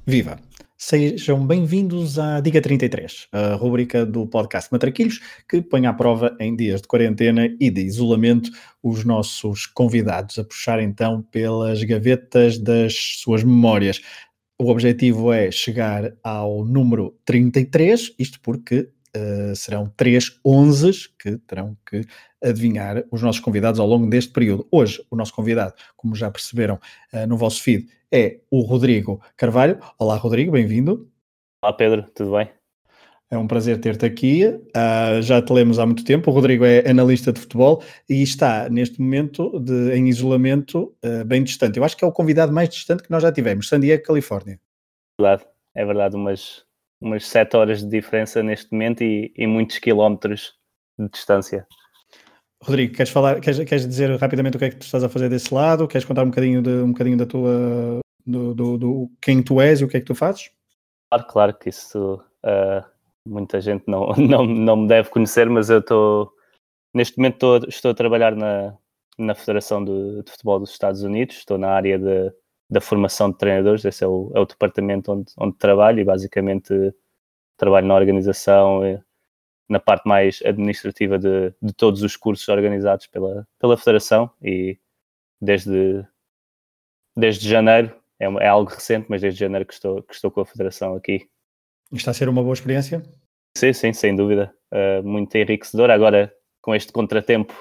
Viva! Sejam bem-vindos à Diga 33, a rubrica do podcast Matraquilhos, que põe à prova em dias de quarentena e de isolamento os nossos convidados a puxar então pelas gavetas das suas memórias. O objetivo é chegar ao número 33, isto porque serão 3 onzes que terão que adivinhar os nossos convidados ao longo deste período. Hoje, o nosso convidado, como já perceberam no vosso feed, é o Rodrigo Carvalho. Olá, Rodrigo, bem-vindo. Olá, Pedro, tudo bem? É um prazer ter-te aqui. Já te lemos há muito tempo. O Rodrigo é analista de futebol e está, neste momento, em isolamento bem distante. Eu acho que é o convidado mais distante que nós já tivemos, San Diego, Califórnia. É verdade, umas 7 horas de diferença neste momento e muitos quilómetros de distância. Rodrigo, queres dizer rapidamente o que é que tu estás a fazer desse lado? Queres contar um bocadinho da tua... do quem tu és e o que é que tu fazes? Claro que isso muita gente não me deve conhecer, mas eu neste momento estou a trabalhar na Federação de Futebol dos Estados Unidos, estou na área da formação de treinadores, esse é o departamento onde trabalho e basicamente trabalho na organização, na parte mais administrativa de todos os cursos organizados pela Federação e desde janeiro, é algo recente, mas desde janeiro que estou com a Federação aqui. Está a ser uma boa experiência? Sim, sem dúvida. Muito enriquecedor. Agora, com este contratempo,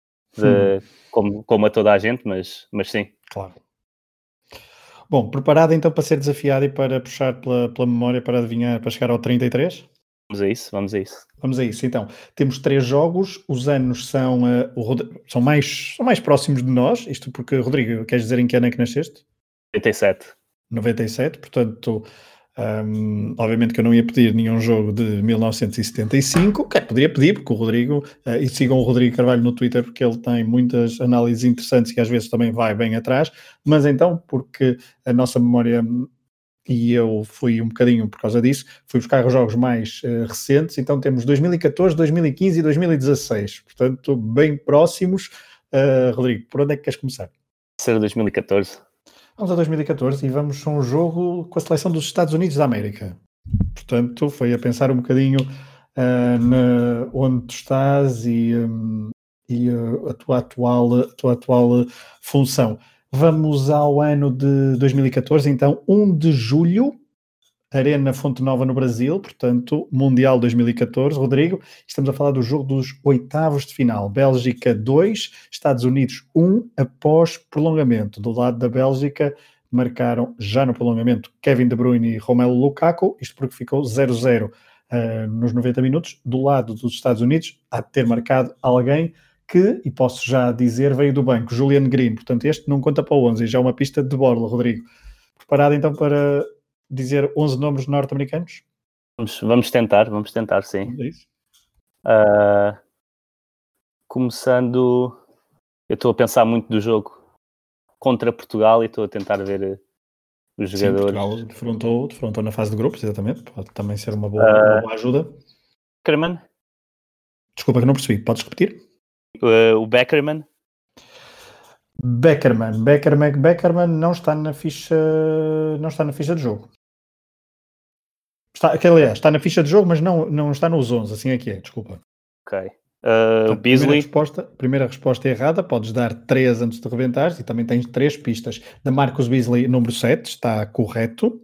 como a toda a gente, mas sim. Claro. Bom, preparado então para ser desafiado e para puxar pela memória para adivinhar, para chegar ao 33? Vamos a isso. Vamos a isso, então. Temos 3 jogos, os anos são mais próximos de nós, isto porque, Rodrigo, queres dizer em que ano é que nasceste? 87. 97, portanto, obviamente que eu não ia pedir nenhum jogo de 1975, poderia pedir, porque o Rodrigo, e sigam o Rodrigo Carvalho no Twitter, porque ele tem muitas análises interessantes e às vezes também vai bem atrás, mas então, porque a nossa memória, e eu fui um bocadinho por causa disso, fui buscar os jogos mais recentes, então temos 2014, 2015 e 2016, portanto, bem próximos. Rodrigo, por onde é que queres começar? Ser 2014. Vamos a 2014 e vamos a um jogo com a seleção dos Estados Unidos da América. Portanto, foi a pensar um bocadinho onde tu estás e a tua atual função. Vamos ao ano de 2014, então, 1 de julho, Arena Fonte Nova no Brasil, portanto, Mundial 2014. Rodrigo, estamos a falar do jogo dos oitavos de final. Bélgica 2, Estados Unidos 1, após prolongamento. Do lado da Bélgica, marcaram já no prolongamento Kevin De Bruyne e Romelu Lukaku, isto porque ficou 0-0 nos 90 minutos. Do lado dos Estados Unidos, há de ter marcado alguém que, e posso já dizer, veio do banco, Julian Green. Portanto, este não conta para o 11, já é uma pista de borla, Rodrigo. Preparado então para dizer 11 nomes norte-americanos? Vamos tentar, sim. É isso. Começando, eu estou a pensar muito do jogo contra Portugal e estou a tentar ver os jogadores. Sim, Portugal defrontou na fase de grupos, exatamente. Pode também ser uma boa ajuda. Beckerman? Desculpa que não percebi, podes repetir? O Beckerman? Beckerman não está na ficha de jogo. Aliás, está na ficha de jogo, mas não está nos 11, assim é que é, desculpa. Ok. Portanto, Beasley? Primeira resposta errada, podes dar 3 antes de rebentares e também tens 3 pistas. Da Marcus Beasley, número 7, está correto.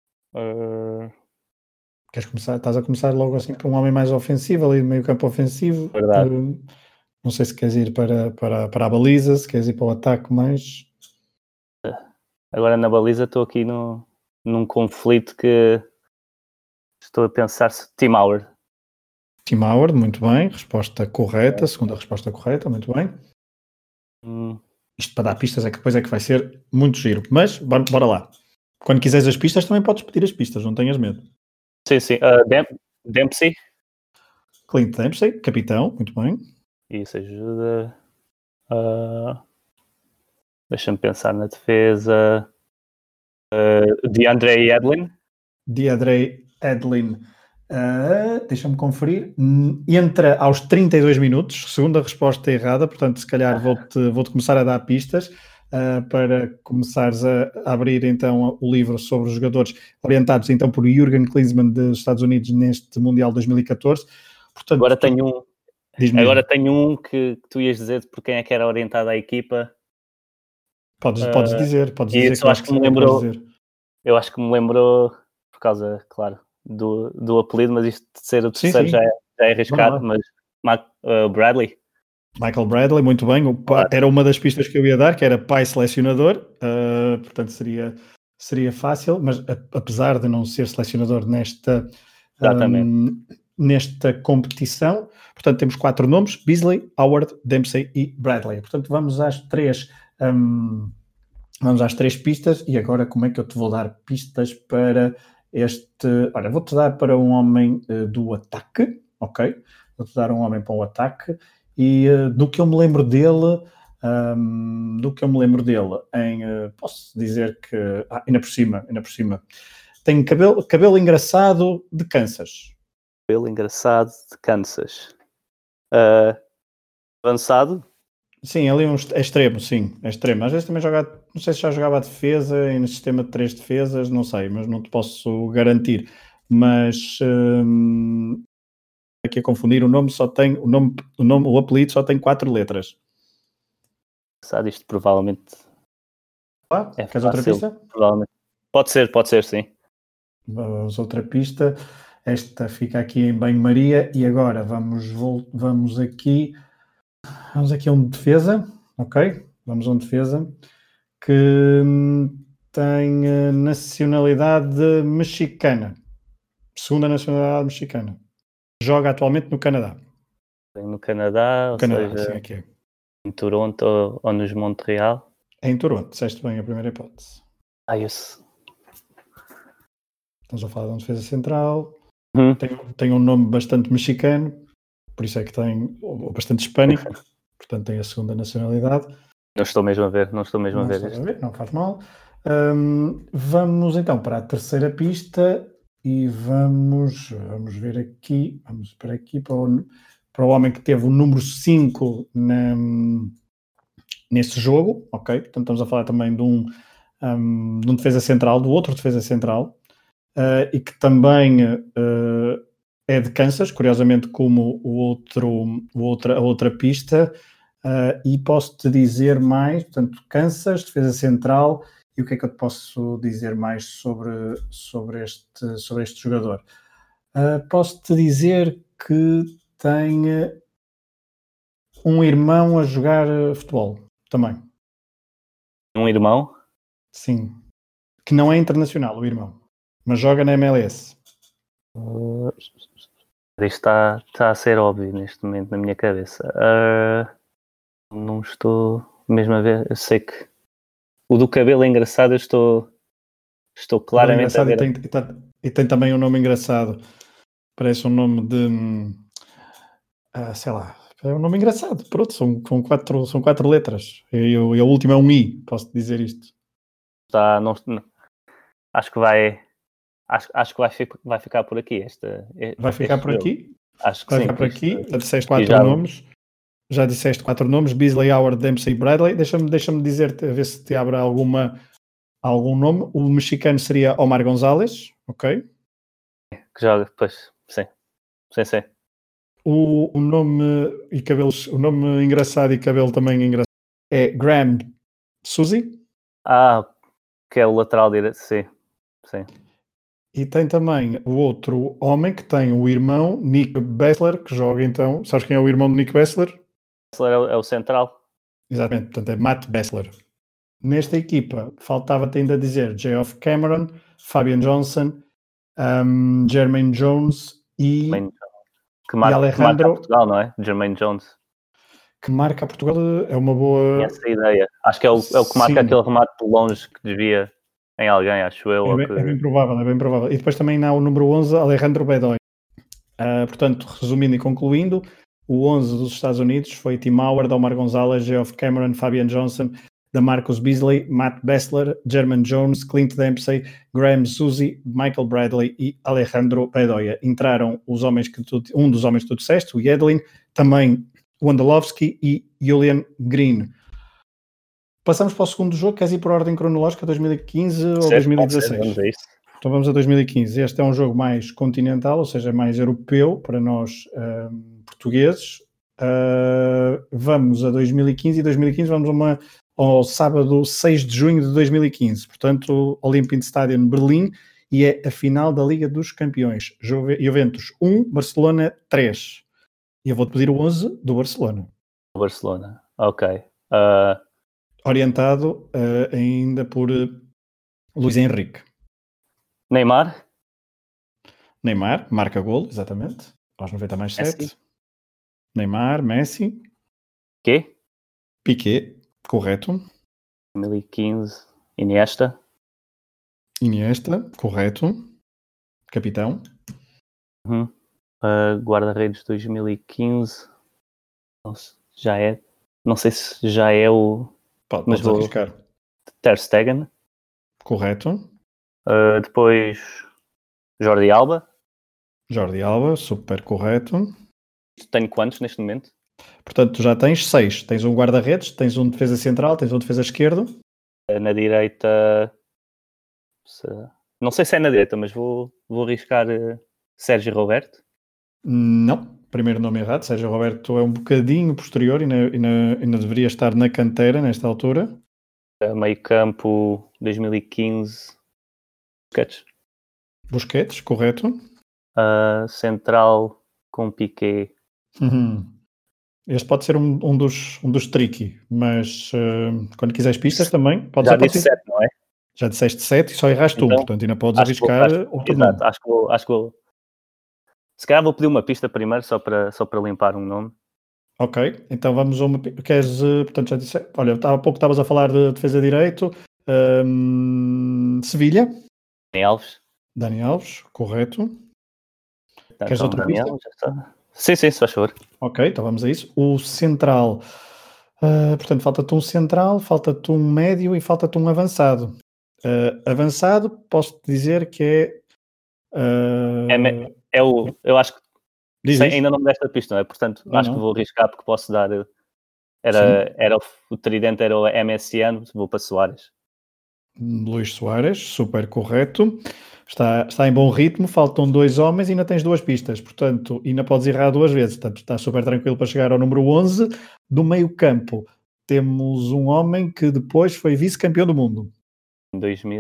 Queres começar? Estás a começar logo assim para um homem mais ofensivo, ali no meio campo ofensivo. Verdade. Não sei se queres ir para a baliza, se queres ir para o ataque mais... Agora na baliza estou aqui num conflito que estou a pensar se Tim Howard. Tim Howard, muito bem, resposta correta, segunda resposta correta, muito bem. Isto para dar pistas é que depois é que vai ser muito giro, mas bora lá. Quando quiseres as pistas também podes pedir as pistas, não tenhas medo. Sim. Dempsey? Clint Dempsey, capitão, muito bem. Isso ajuda. Deixa-me pensar na defesa. DeAndre Yedlin? Deixa-me conferir. Entra aos 32 minutos, segunda resposta errada, portanto, se calhar vou-te começar a dar pistas. para começares a abrir então o livro sobre os jogadores orientados então por Jürgen Klinsmann dos Estados Unidos neste Mundial 2014. Portanto, agora tenho um que tu ias dizer por quem é que era orientada a equipa. Podes dizer isso, acho que me lembrou. Eu acho que me lembrou por causa, claro, do apelido, mas isto de ser o terceiro já é arriscado, mas Bradley. Michael Bradley, muito bem. Era uma das pistas que eu ia dar, que era pai selecionador, portanto seria fácil, mas apesar de não ser selecionador nesta competição, portanto temos 4 nomes: Beasley, Howard, Dempsey e Bradley. Portanto vamos às 3 pistas. E agora como é que eu te vou dar pistas para este? Olha, vou-te dar para um homem do ataque, ok? Vou-te dar um homem para o ataque. E do que eu me lembro dele, posso dizer que, ainda por cima, tem cabelo engraçado de Kansas. Cabelo engraçado de Kansas. Avançado? Sim, ali é extremo, sim, é extremo. Às vezes também joga, não sei se já jogava a defesa e no sistema de 3 defesas, não sei, mas não te posso garantir. Mas aqui a confundir, o apelido só tem 4 letras. Sabe, isto provavelmente é queres outra pista? Provavelmente. Pode ser, sim. Vamos outra pista. Esta fica aqui em banho-maria e agora vamos aqui a um defesa, ok? Vamos a um defesa que tem nacionalidade mexicana. Segunda nacionalidade mexicana. Joga atualmente no Canadá. No Canadá, ou seja, sim, aqui. Em Toronto ou nos Montreal? É em Toronto, disseste bem a primeira hipótese. Isso. Estamos a falar de uma defesa central. Tem um nome bastante mexicano, por isso é que tem bastante hispânico, portanto tem a segunda nacionalidade. Não estou mesmo a ver isto. Não faz mal. Vamos então para a terceira pista e vamos ver aqui, vamos para aqui para o homem que teve o número 5 nesse jogo, ok? Portanto estamos a falar também de um defesa central, do outro defesa central, e que também é de Kansas, curiosamente como a outra pista, e posso-te dizer mais, portanto, Kansas, defesa central, e o que é que eu te posso dizer mais sobre este jogador? Posso-te dizer que tem um irmão a jogar futebol, também. Um irmão? Sim. Que não é internacional, o irmão, mas joga na MLS. Isto está a ser óbvio neste momento na minha cabeça. Não estou mesmo a ver. Eu sei que o do cabelo é engraçado, eu estou claramente a ver. E tem também um nome engraçado. Parece um nome de... sei lá. É um nome engraçado. Pronto, são 4 letras. E a última é um I, posso dizer isto. Acho que vai ficar por aqui. Vai ficar por aqui? Acho que vai sim. Ficar por aqui. Já disseste 4 nomes. Já disseste 4 nomes: Beasley, Howard, Dempsey e Bradley. Deixa-me dizer-te, a ver se te abre algum nome. O mexicano seria Omar Gonzalez, ok? Que joga, pois, sim. Sim. O nome e cabelos, o nome engraçado e cabelo também engraçado é Graham Suzy. Que é o lateral direito, sim. E tem também o outro homem que tem o irmão Nick Bessler, que joga então. Sabes quem é o irmão de Nick Bessler? Bessler é o central. Exatamente, portanto é Matt Bessler. Nesta equipa faltava-te ainda dizer Geoff Cameron, Fabian Johnson, Jermaine Jones e Marca Alejandro. Portugal, não é? Jermaine Jones. Que marca a Portugal é uma boa... Essa ideia. Acho que é o que marca aquele remate de longe que desvia em alguém, acho eu. É bem provável. E depois também há o número 11, Alejandro Bedoya. Portanto, resumindo e concluindo, o 11 dos Estados Unidos foi Tim Howard, Omar Gonzalez, Geoff Cameron, Fabian Johnson, DeMarcus Beasley, Matt Bessler, Jermaine Jones, Clint Dempsey, Graham Suzy, Michael Bradley e Alejandro Bedoya. Entraram um dos homens que tu disseste, o Yedlin, também o Wondolowski e Julian Green. Passamos para o segundo jogo, queres ir por ordem cronológica, 2015 ou Certo, 2016? vamos a isso. Então vamos a 2015. Este é um jogo mais continental, ou seja, mais europeu para nós portugueses. Vamos a 2015 e 2015 vamos ao sábado 6 de junho de 2015. Portanto, Olympic Stadium Berlim, e é a final da Liga dos Campeões. Juventus 1, Barcelona 3. E eu vou-te pedir o 11 do Barcelona. Barcelona, ok. Orientado ainda por Luís Henrique. Neymar, Marca golo, exatamente. Aos 90 mais 7. Messi. Neymar, Messi. Quê? Piqué, correto. 2015, Iniesta. Correto. Capitão. Guarda-redes 2015. Já é. Não sei se já é o. Mas vou arriscar. Ter Stegen. Correto. Depois Jordi Alba. Super correto. Tenho quantos neste momento? Portanto, tu já tens 6. Tens um guarda-redes, tens um defesa central, tens um defesa esquerdo. Na direita. Não sei se é na direita, mas vou arriscar Sérgio Roberto. Não, primeiro nome errado. Sérgio Roberto é um bocadinho posterior e ainda deveria estar na canteira nesta altura. Meio campo 2015. Busquets, correto. Central com Piqué. Este pode ser um dos tricky, mas quando quiseres pistas também pode Já ser. disse 7, não é? Já disseste 7 e só erraste então, portanto ainda podes arriscar outro nome. Acho que vou. Se calhar vou pedir uma pista primeiro, só para limpar um nome. Ok, então vamos a uma. Queres, portanto, já disse. Olha, há pouco estavas a falar de defesa direito. Sevilha. Dani Alves, correto. Então, Queres outra Daniel, pista? Já está. Sim, se faz favor. Ok, então vamos a isso. O central. Portanto, falta-te um central, falta-te um médio e falta-te um avançado. Avançado, posso-te dizer que é o. Eu acho que. Ainda não me deste a pista, não é? Portanto, acho que vou arriscar porque posso dar. O tridente era o MSN, vou para Soares. Luís Soares, super correto. Está em bom ritmo, faltam 2 homens e ainda tens 2 pistas, portanto, ainda podes errar 2 vezes, portanto, está super tranquilo para chegar ao número 11. Do meio campo, temos um homem que depois foi vice-campeão do mundo. Em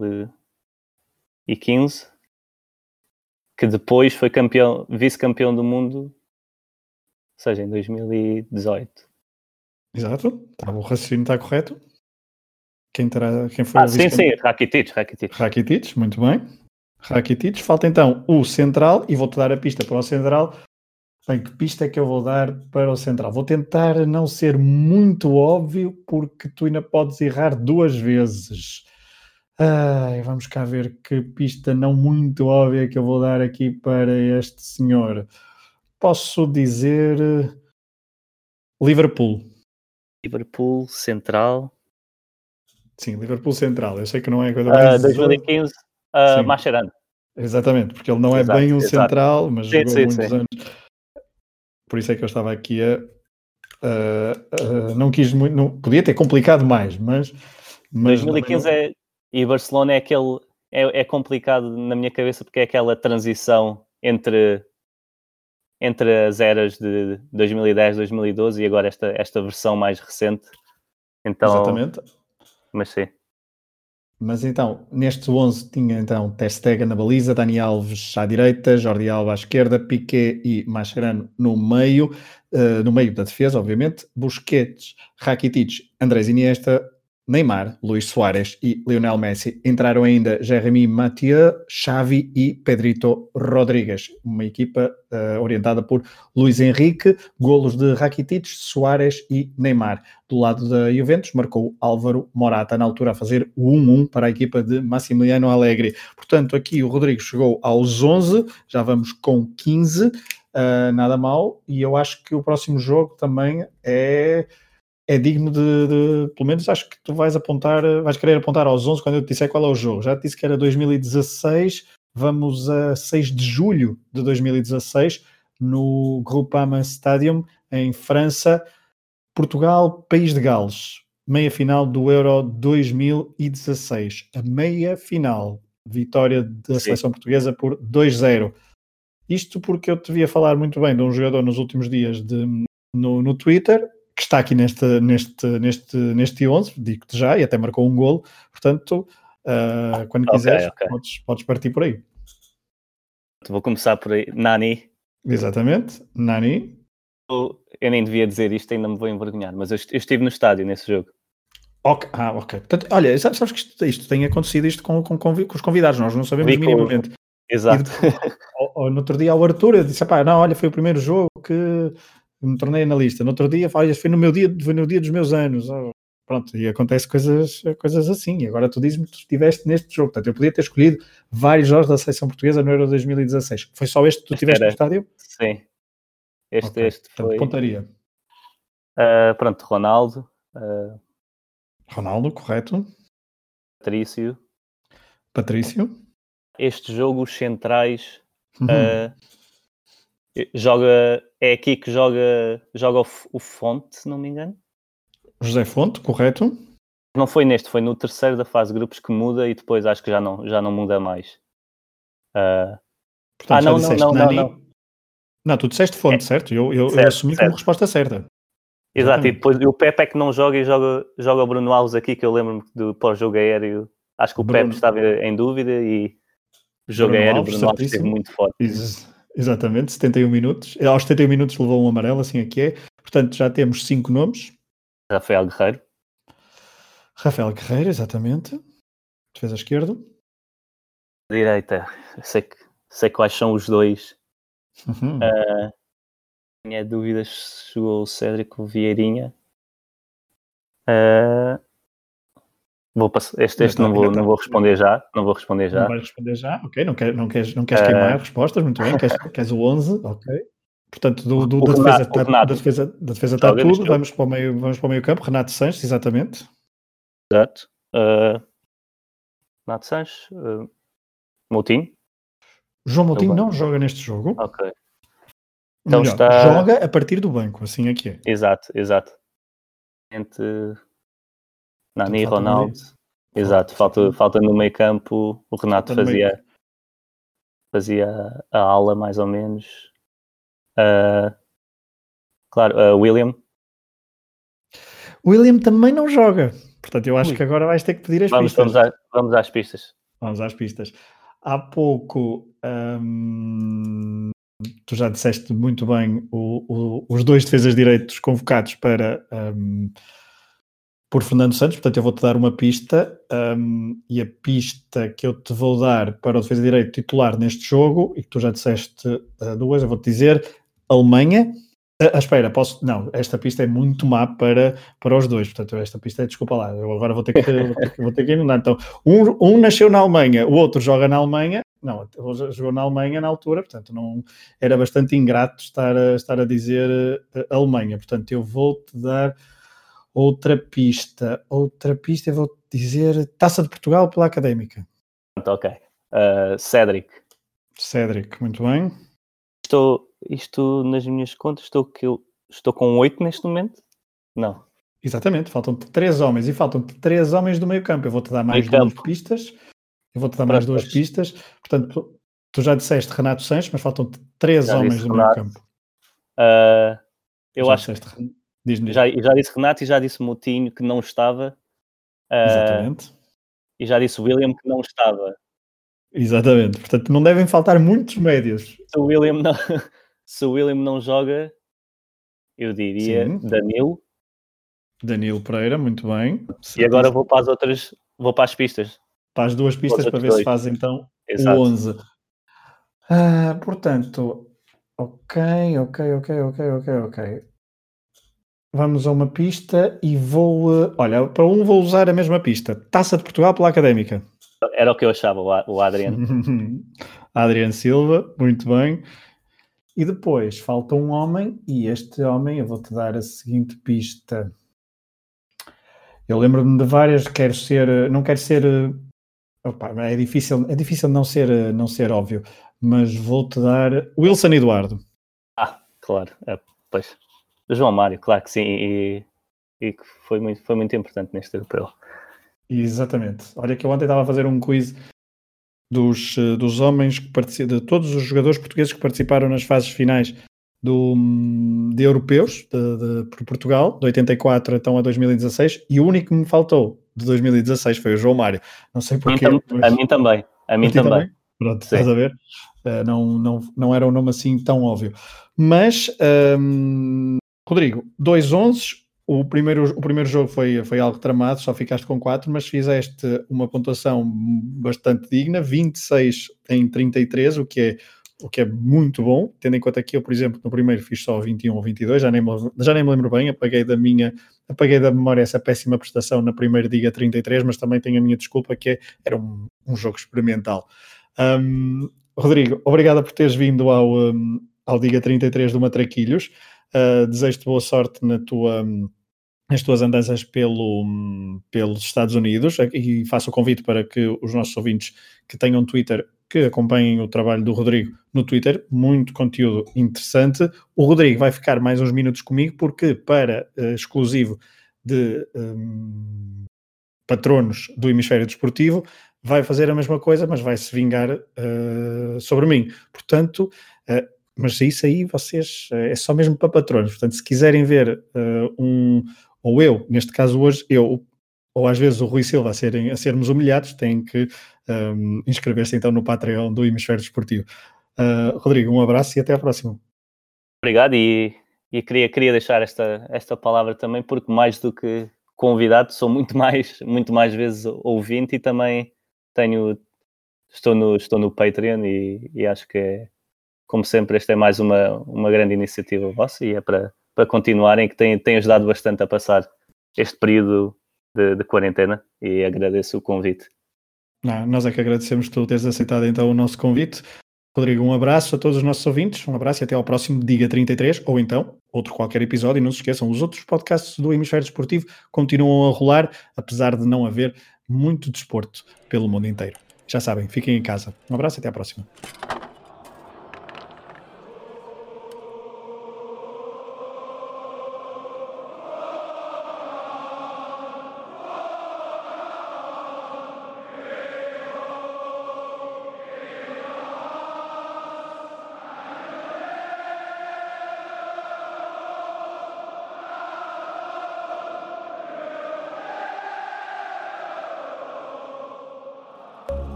2015, que depois foi vice-campeão do mundo, ou seja, em 2018. Exato, o raciocínio está correto. Quem foi o vice-campeão? Sim, Rakitic, muito bem. Rakitic, falta então o central, e vou-te dar a pista para o central. Bem, que pista é que eu vou dar para o central? Vou tentar não ser muito óbvio, porque tu ainda podes errar 2 vezes. Vamos cá ver que pista não muito óbvia que eu vou dar aqui para este senhor. Posso dizer Liverpool. Liverpool, central. Sim, Liverpool central. Eu sei que não é a coisa mais... 2015, Mascherano. Exatamente, porque ele não é bem um central, mas jogou muitos anos. Por isso é que eu estava aqui não quis muito... Não, podia ter complicado mais, mas 2015 e Barcelona é aquele... É complicado na minha cabeça porque é aquela transição entre as eras de 2010, 2012 e agora esta versão mais recente. Então, exatamente. Mas sim. Mas então, neste 11 tinha então Ter Stegen na baliza, Dani Alves à direita, Jordi Alba à esquerda, Piqué e Mascherano no meio da defesa, obviamente, Busquets, Rakitic, Andrés Iniesta, Neymar, Luís Soares e Lionel Messi. Entraram ainda Jeremy Mathieu, Xavi e Pedrito Rodrigues. Uma equipa orientada por Luís Henrique, golos de Rakitic, Soares e Neymar. Do lado da Juventus, marcou Álvaro Morata, na altura a fazer o 1-1 para a equipa de Massimiliano Allegri. Portanto, aqui o Rodrigo chegou aos 11, já vamos com 15, nada mal, e eu acho que o próximo jogo também é digno de, pelo menos acho que tu vais querer apontar aos 11 quando eu te disser qual é o jogo. Já te disse que era 2016, vamos a 6 de julho de 2016, no Groupama Stadium, em França, Portugal, País de Gales. meia final do Euro 2016. A meia final, vitória da seleção portuguesa por 2-0. Isto porque eu te via falar muito bem de um jogador nos últimos dias no Twitter, que está aqui neste 11, digo-te já, e até marcou um golo. Portanto, quando quiseres, podes partir por aí. Vou começar por aí. Nani. Exatamente, Nani. Eu nem devia dizer isto, ainda me vou envergonhar, mas eu estive no estádio nesse jogo. Ok. Portanto, olha, sabes que isto tem acontecido com os convidados, nós não sabemos minimamente. Exato. Ou no outro dia ao Arthur, eu disse, não, olha, foi o primeiro jogo que me tornei analista. No outro dia, olha, foi no dia dos meus anos. Pronto, e acontece coisas assim. E agora tu dizes-me que tu estiveste neste jogo. Portanto, eu podia ter escolhido vários jogos da seleção portuguesa no Euro 2016. Foi só este que tu estiveste no estádio? Sim. Este Portanto, foi... pontaria. Pronto, Ronaldo. Ronaldo, correto. Patrício. Este jogo, os centrais... é aqui que joga o Fonte, se não me engano. José Fonte, correto. Não foi neste, foi no terceiro da fase de grupos que muda e depois acho que já não muda mais. Portanto, não. Não, tu disseste Fonte, certo? Eu assumi como resposta certa. Exato, e depois o Pepe é que não joga e joga o Bruno Alves aqui, que eu lembro-me do pós-jogo aéreo. Acho que o Pepe estava em dúvida e o jogo aéreo, o Bruno Alves esteve muito forte. Exatamente, 71 minutos. Aos 71 minutos levou um amarelo, assim aqui é. Portanto, já temos 5 nomes. Rafael Guerreiro, exatamente. Defesa esquerdo. Direita, sei quais são os dois. Minha dúvida se chegou o Cédric ou Vieirinha. Vou passar, este não vou responder já. Não vou responder já. Não vais responder já, ok. Não queres queimar respostas, muito bem. Queres o 11, ok. Portanto, da defesa está tudo. Vamos para o meio campo. Renato Sanches, exatamente. Exato. Renato Sanches. Moutinho. João Moutinho não joga neste jogo. Ok. Então joga a partir do banco, assim é que é. Exato. Entre Nani e Ronaldo. Exato, falta no meio campo. O Renato fazia a ala mais ou menos. Claro, William também não joga. Portanto, eu acho que agora vais ter que pedir as pistas. Vamos às pistas. Vamos às pistas. Há pouco tu já disseste muito bem os dois defesas direitos convocados por Fernando Santos, portanto eu vou-te dar uma pista e a pista que eu te vou dar para o defesa direito titular neste jogo, e que tu já disseste duas, eu vou-te dizer Alemanha. Espera, não, esta pista é muito má para os dois, portanto esta pista é, desculpa lá, eu agora vou ter que inundar. Então, um nasceu na Alemanha, o outro joga na Alemanha, não, jogou na Alemanha na altura, portanto não, era bastante ingrato estar a dizer Alemanha, portanto eu vou-te dar outra pista, eu vou-te dizer Taça de Portugal pela Académica. Ok, Cédric, muito bem. Isto nas minhas contas, estou com 8 neste momento? Não. Exatamente, faltam-te 3 homens e faltam-te 3 homens do meio campo. Eu vou-te dar mais 2 pistas. Portanto, tu já disseste Renato Sanches, mas faltam-te 3 homens do meio campo. Eu acho que já disse Renato e já disse Moutinho que não estava. Exatamente. E já disse William que não estava. Exatamente, portanto não devem faltar muitos médios. Se o William não joga, eu diria Danilo Pereira, muito bem. E agora vou para as pistas. Para as 2 pistas para ver se faz então o 11. Portanto, ok. Vamos a uma pista e olha, para vou usar a mesma pista. Taça de Portugal pela Académica. Era o que eu achava, o Adriano. Adriano Silva, muito bem. E depois falta um homem, e este homem, eu vou-te dar a seguinte pista. Eu lembro-me de várias, não quero ser... Opa, é difícil não ser óbvio, mas vou-te dar Wilson Eduardo. Claro, pois. João Mário, claro que sim. e que foi muito importante neste europeu. Exatamente. Olha que eu ontem estava a fazer um quiz dos homens, de todos os jogadores portugueses que participaram nas fases finais de europeus, por Portugal, de 84 então a 2016, e o único que me faltou de 2016 foi o João Mário. Não sei porquê. A mim também. A mim também. Pronto, sim. Estás a ver? Não era um nome assim tão óbvio. Mas, Rodrigo, 2-11, o primeiro jogo foi algo tramado, só ficaste com 4, mas fizeste uma pontuação bastante digna, 26 em 33, o que é muito bom, tendo em conta que eu, por exemplo, no primeiro fiz só 21 ou 22, já nem me lembro bem, apaguei da memória essa péssima prestação na primeira Diga 33, mas também tenho a minha desculpa que era um jogo experimental. Rodrigo, obrigado por teres vindo ao Diga 33 do Matraquilhos. Desejo-te boa sorte nas tuas andanças pelos Estados Unidos, e faço o convite para que os nossos ouvintes que tenham Twitter, que acompanhem o trabalho do Rodrigo no Twitter, muito conteúdo interessante. O Rodrigo vai ficar mais uns minutos comigo, porque para exclusivo de patronos do Hemisfério Desportivo, vai fazer a mesma coisa, mas vai se vingar sobre mim. Portanto, mas isso aí vocês é só mesmo para patronos. Portanto, se quiserem ver ou eu, neste caso hoje, ou às vezes o Rui Silva a sermos humilhados, têm que inscrever-se então no Patreon do Hemisfério Desportivo. Rodrigo, um abraço e até à próxima. Obrigado, e queria deixar esta palavra também, porque mais do que convidado, sou muito mais vezes ouvinte, e também estou no Patreon, e acho que como sempre, esta é mais uma grande iniciativa vossa, e é para continuarem, que tem ajudado bastante a passar este período de quarentena, e agradeço o convite. Nós é que agradecemos tu teres aceitado então o nosso convite. Rodrigo, um abraço a todos os nossos ouvintes, um abraço e até ao próximo Diga 33, ou então outro qualquer episódio. E não se esqueçam, os outros podcasts do Hemisfério Desportivo continuam a rolar, apesar de não haver muito desporto pelo mundo inteiro. Já sabem, fiquem em casa. Um abraço e até à próxima.